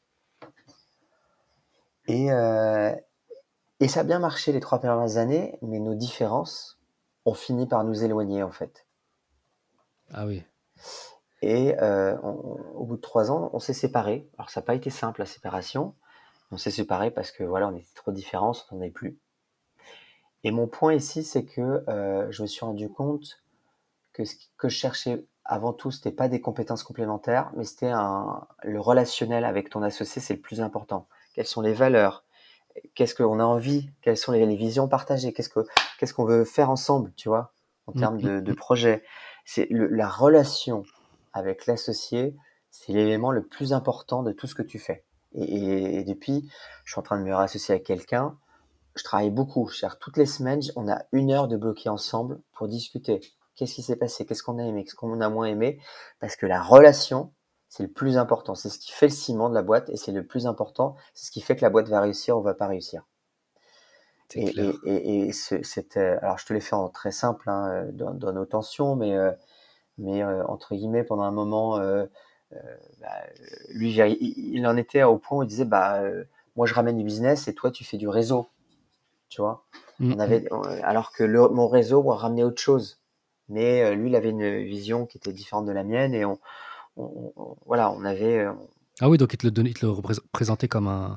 Et, euh, et ça a bien marché les 3 premières années, mais nos différences ont fini par nous éloigner, en fait. Ah oui. Et au bout de 3 ans, on s'est séparés. Alors ça n'a pas été simple la séparation. On s'est séparés parce que voilà, on était trop différents, on s'entendait plus. Et mon point ici, c'est que je me suis rendu compte que ce que je cherchais avant tout, c'était pas des compétences complémentaires, mais c'était le relationnel avec ton associé, c'est le plus important. Quelles sont les valeurs? Qu'est-ce qu'on a envie? Quelles sont les visions partagées? Qu'est-ce qu'on veut faire ensemble, tu vois, en Mm, termes mm, de mm. projet? C'est la relation. avec l'associé, c'est l'élément le plus important de tout ce que tu fais. Et depuis, je suis en train de me réassocier avec quelqu'un. Je travaille beaucoup. C'est-à-dire, toutes les semaines, on a 1 heure de bloqué ensemble pour discuter. Qu'est-ce qui s'est passé? Qu'est-ce qu'on a aimé? Qu'est-ce qu'on a moins aimé? Parce que la relation, c'est le plus important. C'est ce qui fait le ciment de la boîte et c'est le plus important. C'est ce qui fait que la boîte va réussir ou va pas réussir. C'est clair. Alors, je te l'ai fait en très simple, hein, dans nos tensions, mais entre guillemets, pendant un moment, euh, bah, lui, il en était au point où il disait, moi, je ramène du business et toi, tu fais du réseau, tu vois. Mm, mm. Alors que mon réseau ramenait autre chose. Mais lui, il avait une vision qui était différente de la mienne et voilà, on avait, Ah oui, donc il te le présentait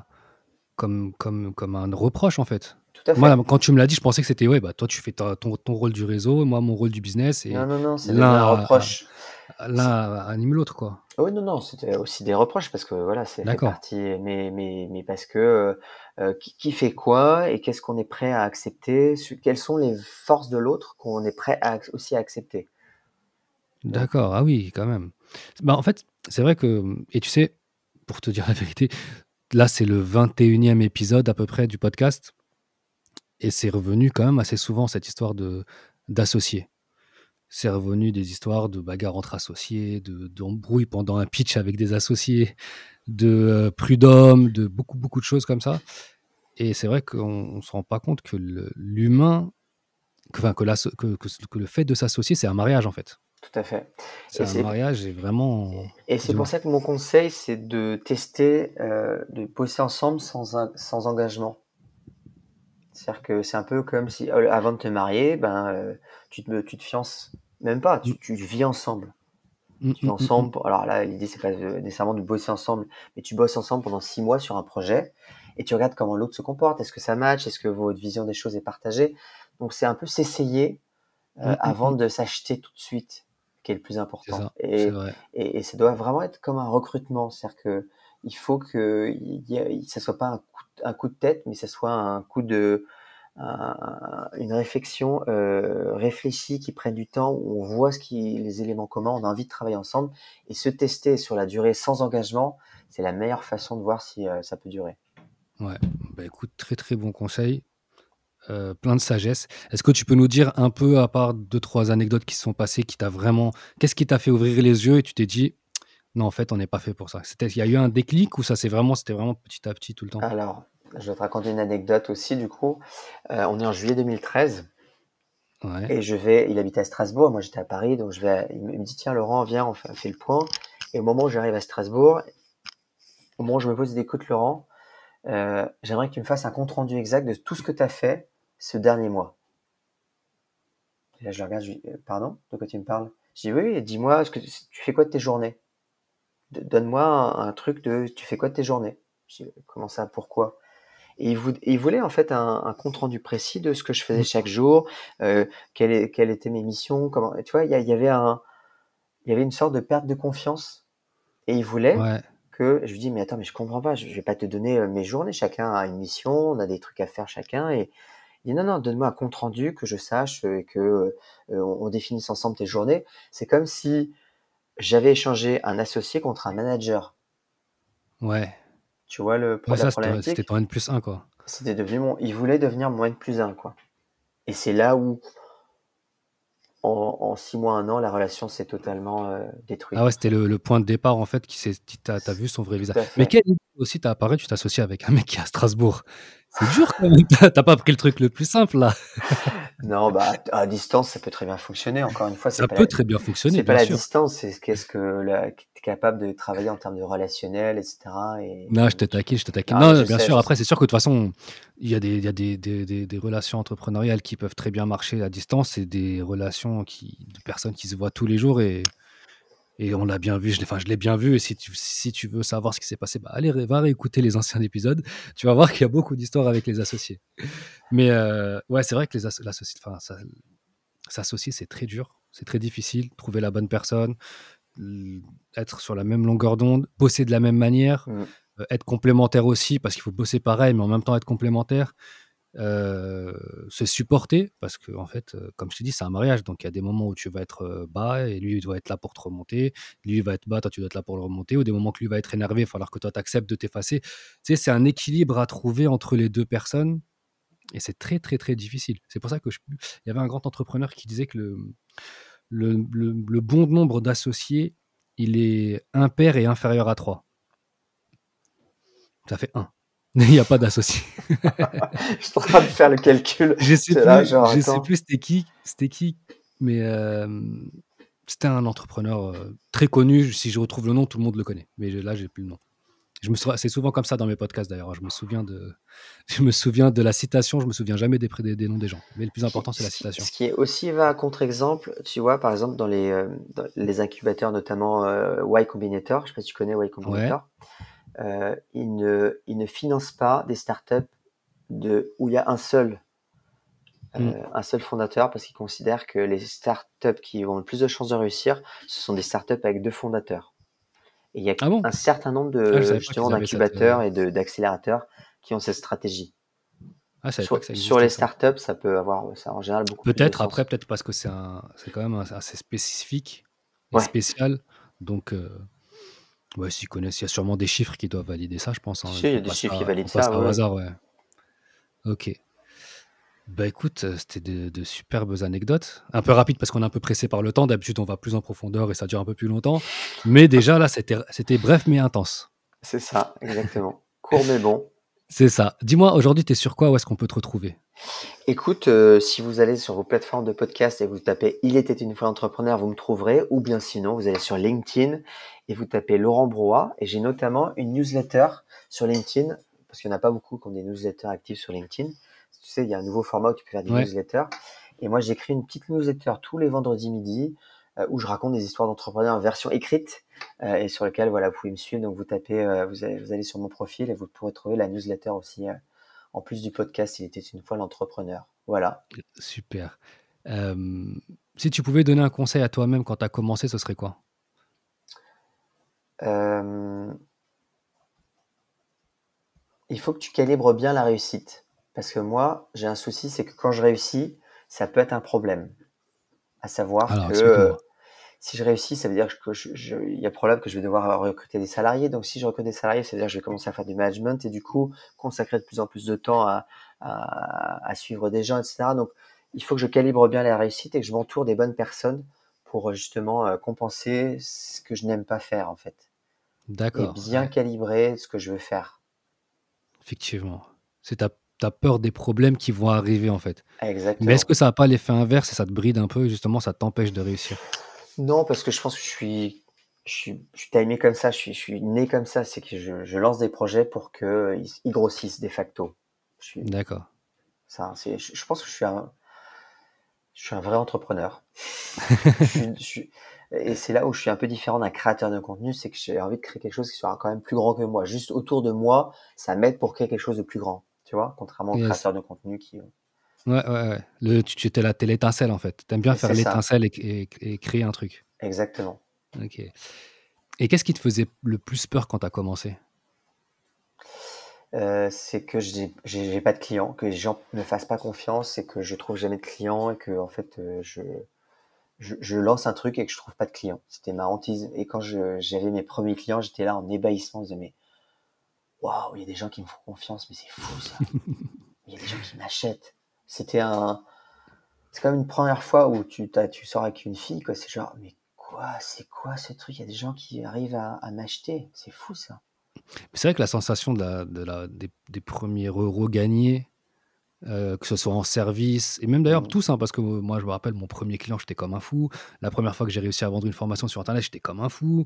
comme un reproche, en fait. tout à Moi, fait. quand tu me l'as dit, je pensais que c'était, ouais, bah, toi, tu fais ton rôle du réseau, moi, mon rôle du business, Non, et non, non, c'est devenu un l'un, reproche. anime l'autre, quoi. Oui, non, non, c'était aussi des reproches parce que voilà, ça fait D'accord. partie, mais parce que qui fait quoi et qu'est-ce qu'on est prêt à accepter, quelles sont les forces de l'autre qu'on est prêt aussi à accepter. Donc, D'accord. Ah oui, quand même. Bah, en fait, c'est vrai que, et tu sais, pour te dire la vérité, là, c'est le 21e épisode à peu près du podcast, et c'est revenu quand même assez souvent, cette histoire d'associés. C'est revenu des histoires de bagarres entre associés, d'embrouilles pendant un pitch avec des associés, de prud'hommes, de beaucoup, beaucoup de choses comme ça. Et c'est vrai qu'on ne se rend pas compte que l'humain, enfin, que le fait de s'associer, c'est un mariage, en fait. tout à fait. C'est Et un c'est mariage, et vraiment. et c'est pour Dis-moi. ça que mon conseil, c'est de tester, de bosser ensemble sans engagement. C'est-à-dire que c'est un peu comme si avant de te marier, tu te fiances même pas, Mm, tu vis ensemble. mm, Tu vis mm, mm, mm. ensemble. Alors là, l'idée, c'est pas nécessairement de bosser ensemble, mais tu bosses ensemble pendant 6 mois sur un projet et tu regardes comment l'autre se comporte. Est-ce que ça match? Est-ce que votre vision des choses est partagée? Donc, c'est un peu s'essayer Mm, mm, avant mm. de s'acheter tout de suite, qui est le plus C'est important. ça, c'est vrai. Et ça doit vraiment être comme un recrutement. C'est-à-dire que il faut que ça soit pas un coup de tête, mais ça soit un coup de une réflexion réfléchie qui prenne du temps, où on voit les éléments communs, on a envie de travailler ensemble et se tester sur la durée sans engagement, c'est la meilleure façon de voir si ça peut durer. Ouais. Bah écoute, très très bon conseil. Plein de sagesse. Est-ce que tu peux nous dire un peu, à part deux, trois anecdotes qui se sont passées, qu'est-ce qui t'a fait ouvrir les yeux et tu t'es dit, non, en fait, on n'est pas fait pour ça? Il y a eu un déclic, ou c'était vraiment petit à petit tout le temps? Alors, je vais te raconter une anecdote aussi du coup. On est en juillet 2013 Ouais, et il habitait à Strasbourg, moi j'étais à Paris, donc il me dit tiens Laurent, viens, on fait le point. Et au moment où j'arrive à Strasbourg, au moment où je me pose, écoute Laurent, j'aimerais que tu me fasses un compte rendu exact de tout ce que tu as fait ce dernier mois. Et là, je le regarde, je lui dis, pardon, de quoi tu me parles? Je dis, oui, oui, dis-moi, tu fais quoi de tes journées? Donne-moi un truc tu fais quoi de tes journées? Je dis, comment ça, pourquoi? Et il voulait en fait un compte rendu précis de ce que je faisais mmh, chaque jour, quelles étaient mes missions, comment, tu vois, il y avait une sorte de perte de confiance. Et il voulait ouais, je lui dis, mais attends, mais je comprends pas, je vais pas te donner mes journées, chacun a une mission, on a des trucs à faire chacun, et il dit: «Non, non, donne-moi un compte rendu que je sache, et que, on définisse ensemble tes journées». C'est comme si j'avais échangé un associé contre un manager. ouais. Tu vois Ouais, la ça, c'était problématique? ton N+1, quoi. Il voulait devenir mon N+1, quoi. Et c'est là où, en 6 mois, 1 an, la relation s'est totalement, Ah ouais, détruite. c'était le point de départ, en fait, t'as vu son vrai Tout visage. à Mais fait. quelle idée aussi t'as apparu, tu t'associes avec un mec qui est à Strasbourg? C'est dur quand même. T'as pas pris le truc le plus simple, là. Non, à distance, ça peut très bien fonctionner. Encore une fois, Ça peut très bien fonctionner, c'est pas bien la sûr. distance, c'est qu'est-ce que tu es capable de travailler en termes de relationnel, et cetera. Non, je te taquine, je te taquine. Non, mais Non, je bien sais, sûr, je après, sais. c'est sûr que de toute façon, il y a des relations entrepreneuriales qui peuvent très bien marcher à distance. C'est des relations de personnes qui se voient tous les jours, et on l'a bien vu, je l'ai bien vu. Et si tu veux savoir ce qui s'est passé, bah, allez, va réécouter les anciens épisodes. Tu vas voir qu'il y a beaucoup d'histoires avec les associés. Mais ouais, c'est vrai que s'associer, c'est très dur, c'est très difficile. Trouver la bonne personne, l- être sur la même longueur d'onde, bosser de la même manière, Mmh. être complémentaire aussi, parce qu'il faut bosser pareil, mais en même temps être complémentaire. se supporter parce que en fait, comme je t'ai dit, c'est un mariage, donc il y a des moments où tu vas être, bas et lui, il doit être là pour te remonter. Lui, il va être bas, toi, tu dois être là pour le remonter. Ou des moments que lui va être énervé, il va falloir que toi, tu acceptes de t'effacer. Tu sais, c'est un équilibre à trouver entre les 2 personnes et c'est très, très, très difficile. C'est pour ça que il y avait un grand entrepreneur qui disait que le bon nombre d'associés, il est impair et inférieur à 3. Ça fait 1. Il y a pas d'associés. Je suis en train de faire le calcul. Je sais C'est là, plus, genre, je sais attends. plus c'était qui, mais c'était un entrepreneur très connu. Si je retrouve le nom, tout le monde le connaît. Mais là, j'ai plus le nom. C'est souvent comme ça dans mes podcasts d'ailleurs. Je me souviens de la citation. Je me souviens jamais des noms des gens. Mais le plus important, c'est la citation. Ce qui est aussi va à contre-exemple, tu vois, par exemple, dans les incubateurs, notamment Y Combinator, je ne sais pas si tu connais Y Ouais. Combinator, ils ne financent pas des startups où il y a Mm. un seul fondateur parce qu'ils considèrent que les startups qui ont le plus de chances de réussir, ce sont des startups avec 2 fondateurs. Et il y a Ah bon? un certain nombre Ah, je de savais pas justement qu'ils avaient cette. d'incubateurs et d'accélérateurs qui ont cette stratégie. Ah, je savais pas Sur, que ça sur les existait ça. startups, ça peut avoir ça a en général beaucoup plus de Peut-être après, sens. peut-être parce que c'est quand même assez spécifique et Ouais, spécial. Donc, ouais, s'ils connaissent, il y a sûrement des chiffres qui doivent valider ça, je pense. tu Hein. sais, il y a des chiffres qui Ils valident font pas ça, ça au ouais. hasard, ouais. Ok. Bah écoute, c'était de superbes anecdotes. Un peu rapide parce qu'on est un peu pressé par le temps. D'habitude, on va plus en profondeur et ça dure un peu plus longtemps. Mais déjà, là, c'était bref mais intense. C'est ça, exactement. Court mais bon. C'est ça. Dis-moi, aujourd'hui, t'es sur quoi? Où est-ce qu'on peut te retrouver? Écoute, si vous allez sur vos plateformes de podcast et vous tapez Il était une fois entrepreneur, vous me trouverez. Ou bien sinon, vous allez sur LinkedIn et vous tapez Laurent Brois. Et j'ai notamment une newsletter sur LinkedIn, parce qu'il n'y en a pas beaucoup qui ont des newsletters actifs sur LinkedIn. Tu sais, il y a un nouveau format où tu peux faire des Ouais, newsletters. Et moi, j'écris une petite newsletter tous les vendredis midi où je raconte des histoires d'entrepreneurs en version écrite et sur lequel, voilà, vous pouvez me suivre. Donc, vous tapez, vous allez sur mon profil et vous pourrez trouver la newsletter aussi. En plus du podcast, il était une fois l'entrepreneur. Voilà. super. Euh, Si tu pouvais donner un conseil à toi-même quand tu as commencé, ce serait quoi? Euh, il faut que tu calibres bien la réussite. Parce que moi, j'ai un souci, c'est que quand je réussis, ça peut être un problème. À savoir Alors, que explique-moi. si je réussis, ça veut dire que il y a problème que je vais devoir recruter des salariés. Donc, si je recrute des salariés, ça veut dire que je vais commencer à faire du management et du coup, consacrer de plus en plus de temps à suivre des gens, etc. Donc, il faut que je calibre bien la réussite et que je m'entoure des bonnes personnes pour justement compenser ce que je n'aime pas faire, en fait. Et D'accord, bien ouais, calibrer ce que je veux faire. effectivement. C'est t'as peur des problèmes qui vont arriver, en fait. Mais est-ce Exactement. que ça n'a pas l'effet inverse et ça te bride un peu et justement ça t'empêche de réussir? Non, parce que je pense que je suis timé comme ça, je suis né comme ça, c'est que je lance des projets pour que ils grossissent de facto. Je suis D'accord. ça, je pense que je suis un vrai entrepreneur. Je suis et c'est là où je suis un peu différent d'un créateur de contenu, c'est que j'ai envie de créer quelque chose qui soit quand même plus grand que moi. Juste autour de moi, ça m'aide pour créer quelque chose de plus grand, tu vois? Contrairement aux Yes. créateurs de contenu qui Ouais, ouais, ouais. Tu étais là, tu l'étincelle, en fait. Tu aimes bien et c'est faire ça, l'étincelle et créer un truc. exactement. OK. Et qu'est-ce qui te faisait le plus peur quand tu as commencé? C'est que j'ai pas de clients, que les gens me fassent pas confiance et que je trouve jamais de clients et que en fait, je lance un truc et que je trouve pas de clients. C'était ma hantise et quand j'avais mes premiers clients, j'étais là en ébahissement. Je disais: «Mais waouh, il y a des gens qui me font confiance, mais c'est fou ça! Il y a des gens qui m'achètent». C'était un c'est comme une première fois où tu sors avec une fille quoi, c'est genre: «Mais quoi? C'est quoi ce truc? Il y a des gens qui arrivent à m'acheter, c'est fou ça». C'est vrai que la sensation des premiers euros gagnés, que ce soit en service et même d'ailleurs Mmh. tous, hein, parce que moi je me rappelle mon premier client, j'étais comme un fou. La première fois que j'ai réussi à vendre une formation sur internet, j'étais comme un fou.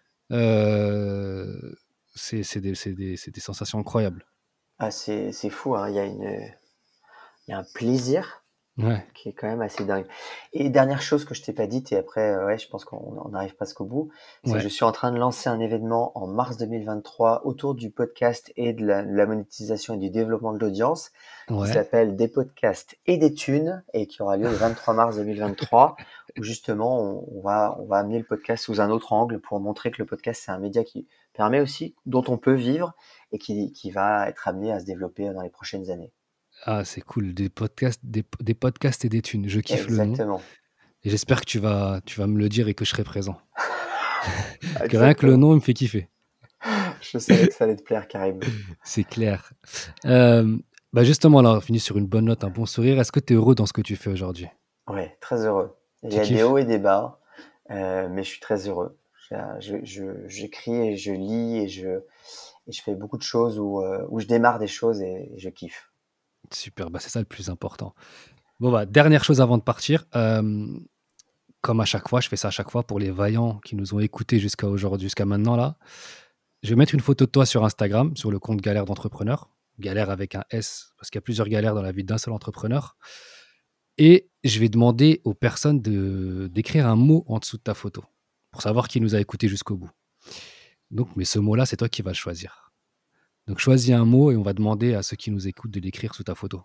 Heu, c'est des sensations incroyables. Ah c'est fou, hein, il y a un plaisir Ouais, qui est quand même assez dingue. Et dernière chose que je t'ai pas dite et après, ouais, je pense qu'on arrive presque au bout, c'est que je ouais, suis en train de lancer un événement en mars 2023 autour du podcast et de la monétisation et du développement de l'audience qui ouais. s'appelle Des podcasts et des thunes et qui aura lieu le 23 mars 2023 où justement on va amener le podcast sous un autre angle pour montrer que le podcast c'est un média qui permet aussi, dont on peut vivre et qui va être amené à se développer dans les prochaines années. Ah, c'est cool. Des podcasts et des thunes. Je kiffe le nom. Exactement. Et j'espère que tu vas me le dire et que je serai présent. Que rien que le Exactement. nom, il me fait kiffer. Je savais que ça allait te plaire, Karim. C'est clair. Euh, Justement, là, on finit sur une bonne note, un bon sourire. Est-ce que tu es heureux dans ce que tu fais aujourd'hui? Ouais, très heureux. Il y Tu a des kiffes? hauts et des bas, mais je suis très heureux. J'écris et je lis et je fais beaucoup de choses où je démarre des choses et je kiffe. Super, c'est ça le plus important. Bon, dernière chose avant de partir. Comme à chaque fois, je fais ça à chaque fois pour les vaillants qui nous ont écoutés jusqu'à aujourd'hui, jusqu'à maintenant là. Je vais mettre une photo de toi sur Instagram, sur le compte Galère d'entrepreneur. Galère avec un S, parce qu'il y a plusieurs galères dans la vie d'un seul entrepreneur. Et je vais demander aux personnes d'écrire un mot en dessous de ta photo, pour savoir qui nous a écoutés jusqu'au bout. Donc, mais ce mot-là, c'est toi qui vas le choisir. Donc, choisis un mot et on va demander à ceux qui nous écoutent de l'écrire sous ta photo.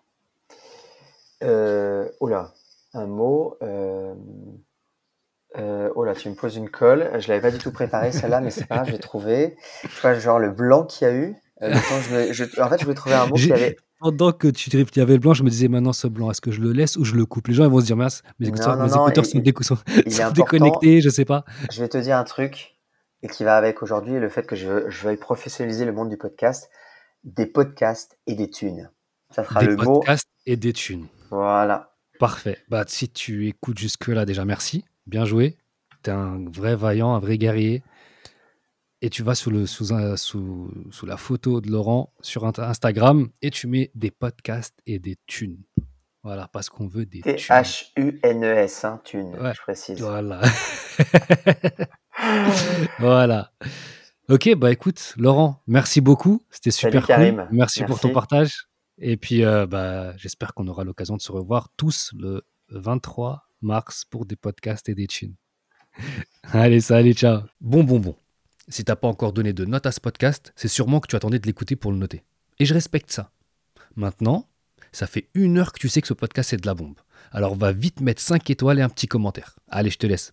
Oh là, un mot. Oh là, tu me poses une colle. Je l'avais pas du tout préparé celle-là, mais c'est pas grave, je vais trouver. Tu vois, genre le blanc qu'il y a eu. Le temps que en fait, je voulais trouver un mot qui avait. Pendant que il y avait le blanc, je me disais maintenant ce blanc, est-ce que je le laisse ou je le coupe? Les gens ils vont se dire, mince, Non, non, mes non, écouteurs sont, il est sont important. déconnectés, je sais pas. Je vais te dire un truc et qui va avec aujourd'hui le fait que je veuille professionnaliser le monde du podcast. Des podcasts et des thunes. Ça sera Des le mot. podcasts et des thunes. Voilà. Parfait. Si tu écoutes jusque-là, déjà merci. Bien joué. T'es un vrai vaillant, un vrai guerrier. Et tu vas sous la photo de Laurent sur Instagram et tu mets des podcasts et des thunes. Voilà, parce qu'on veut des thunes. Thunes, hein, thunes, Ouais, je précise. voilà. Voilà. Ok, écoute, Laurent, merci beaucoup. C'était Salut super cool. Karim, Merci pour ton merci. partage. Et puis, j'espère qu'on aura l'occasion de se revoir tous le 23 mars pour des podcasts et des tunes. Allez, salut, ciao. Bon. Si t'as pas encore donné de note à ce podcast, c'est sûrement que tu attendais de l'écouter pour le noter. Et je respecte ça. Maintenant, ça fait 1 heure que tu sais que ce podcast c'est de la bombe. Alors va vite mettre 5 étoiles et un petit commentaire. Allez, je te laisse.